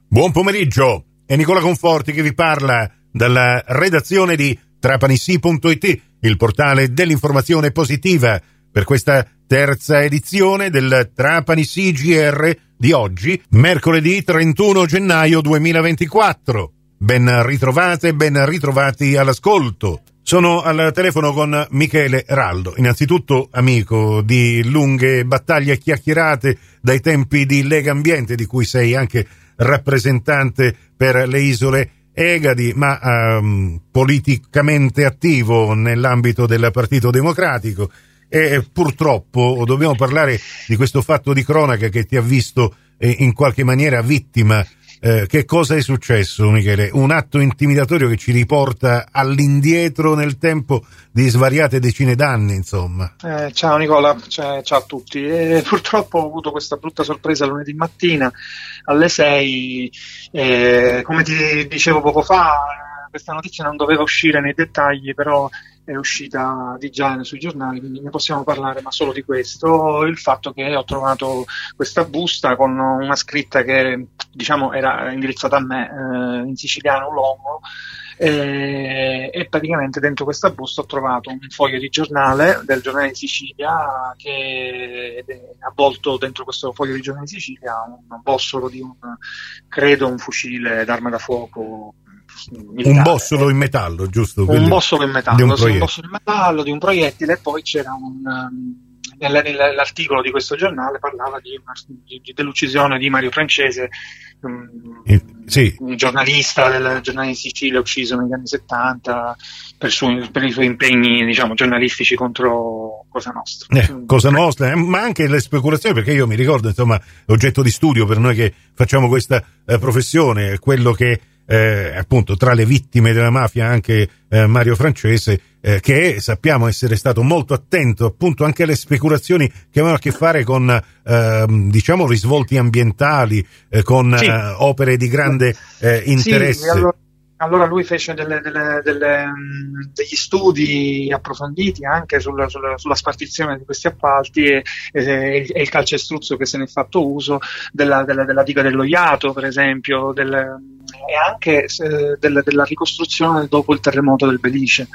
Buon pomeriggio, è Nicola Conforti che vi parla dalla redazione di Trapanissi.it, il portale dell'informazione positiva, per questa terza edizione del Trapanissi GR di oggi, mercoledì 31 gennaio 2024. Ben ritrovate, ben ritrovati all'ascolto. Sono al telefono con Michele Raldo, innanzitutto amico di lunghe battaglie e chiacchierate dai tempi di Lega Ambiente, di cui sei anche rappresentante per le isole Egadi, ma politicamente attivo nell'ambito del Partito Democratico, e purtroppo dobbiamo parlare di questo fatto di cronaca che ti ha visto in qualche maniera vittima. Che cosa è successo, Michele? Un atto intimidatorio che ci riporta all'indietro nel tempo di svariate decine d'anni, insomma. Ciao Nicola, ciao a tutti. Purtroppo ho avuto questa brutta sorpresa lunedì mattina alle 6. Come ti dicevo poco fa, questa notizia non doveva uscire nei dettagli, però è uscita di già sui giornali, quindi ne possiamo parlare, ma solo di questo. Il fatto che ho trovato questa busta con una scritta che, diciamo, era indirizzata a me, in siciliano Longo, e praticamente dentro questa busta ho trovato un foglio di giornale del Giornale di Sicilia, che è avvolto dentro questo foglio di Giornale di Sicilia un bossolo di credo un fucile d'arma da fuoco militare. Un bossolo in metallo, giusto? Un bossolo in metallo, un bossolo in metallo di un proiettile, e poi c'era nell'articolo di questo giornale parlava dell'uccisione di Mario Francese, sì, un giornalista del Giornale di Sicilia ucciso negli anni 70 per i suoi impegni, diciamo, giornalistici contro Cosa Nostra. Cosa Nostra, ma anche le speculazioni, perché io mi ricordo, insomma, oggetto di studio per noi che facciamo questa professione, quello che appunto tra le vittime della mafia anche Mario Francese, che sappiamo essere stato molto attento appunto anche alle speculazioni che avevano a che fare con diciamo risvolti ambientali, con sì, opere di grande interesse. Sì, allora lui fece degli studi approfonditi anche sulla spartizione di questi appalti, e il calcestruzzo che se ne è fatto uso della diga dello Iato, per esempio, e anche della ricostruzione dopo il terremoto del Belice.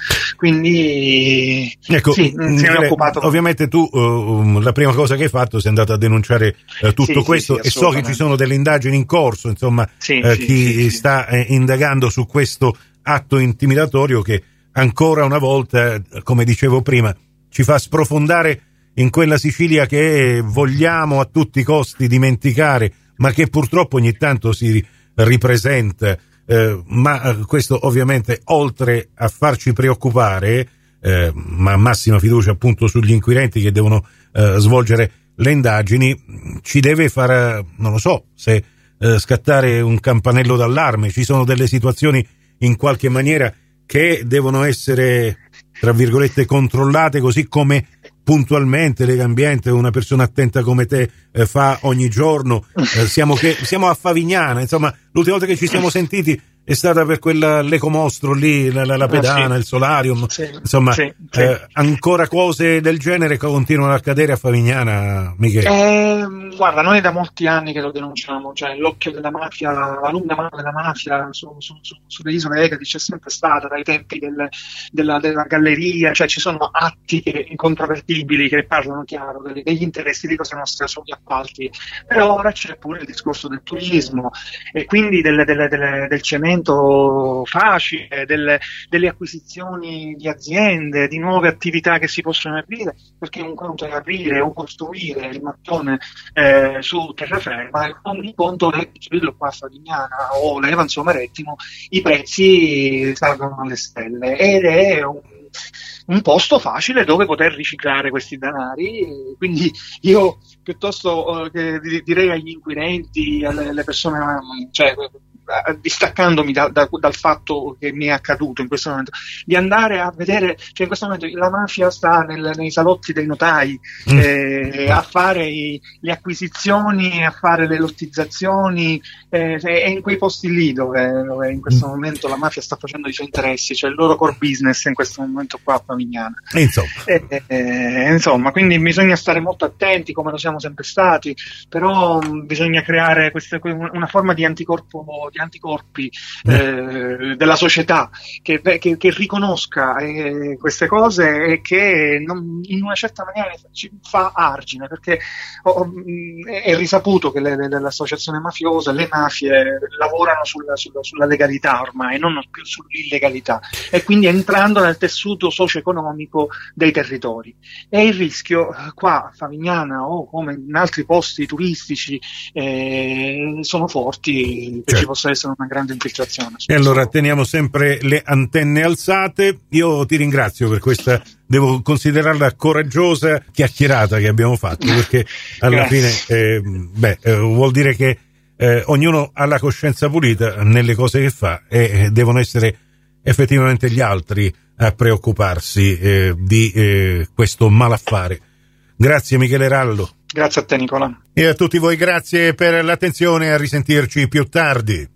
Quindi ecco, sì, si è occupato. Ovviamente tu la prima cosa che hai fatto sei andato a denunciare tutto questo, e so che ci sono delle indagini in corso, insomma, chi sta indagando su questo atto intimidatorio che ancora una volta, come dicevo prima, ci fa sprofondare in quella Sicilia che vogliamo a tutti i costi dimenticare, ma che purtroppo ogni tanto si ripresenta, ma questo ovviamente, oltre a farci preoccupare, ma massima fiducia appunto sugli inquirenti che devono svolgere le indagini, ci deve far, non lo so, se scattare un campanello d'allarme. Ci sono delle situazioni in qualche maniera che devono essere, tra virgolette, controllate, così come puntualmente Lega Ambiente, una persona attenta come te, fa ogni giorno. Siamo a Favignana, insomma, l'ultima volta che ci siamo sentiti è stata per l'ecomostro lì, la pedana, sì, il solarium, sì, insomma, sì. ancora cose del genere continuano a accadere a Favignana, Michele? Guarda, noi da molti anni che lo denunciamo, cioè l'occhio della mafia, la lunga mano della mafia sulle isole Egadi c'è sempre stata dai tempi della galleria, cioè ci sono atti incontrovertibili che parlano chiaro degli interessi di Cosa Nostra sugli appalti, però ora c'è pure il discorso del turismo, e quindi del cemento facile, delle acquisizioni di aziende, di nuove attività che si possono aprire, perché un conto è aprire o costruire il mattone su terraferma, e un conto è costruirlo qua a Favignana o l'Evanzo Marittimo. I prezzi salgono alle stelle ed è un posto facile dove poter riciclare questi denari, quindi io piuttosto che direi agli inquirenti, alle persone, cioè distaccandomi dal fatto che mi è accaduto in questo momento, di andare a vedere, cioè in questo momento la mafia sta nei salotti dei notai, a fare le acquisizioni, a fare le lottizzazioni, è in quei posti lì dove in questo momento la mafia sta facendo i suoi interessi, cioè il loro core business in questo momento qua a Favignana. Insomma, quindi bisogna stare molto attenti, come lo siamo sempre stati, però bisogna creare una forma di anticorpi della società che riconosca queste cose e che in una certa maniera ci fa argine, perché è risaputo che l'associazione mafiosa, le mafie lavorano sulla legalità ormai, non più sull'illegalità, e quindi entrando nel tessuto socio-economico dei territori. E il rischio qua a Favignana o come in altri posti turistici sono forti, che ci possa essere una grande infiltrazione. E allora teniamo sempre le antenne alzate. Io ti ringrazio per questa, devo considerarla coraggiosa chiacchierata che abbiamo fatto, perché alla fine vuol dire che ognuno ha la coscienza pulita nelle cose che fa, e devono essere effettivamente gli altri a preoccuparsi di questo malaffare. Grazie Michele Rallo. Grazie a te Nicola. E a tutti voi grazie per l'attenzione, a risentirci più tardi.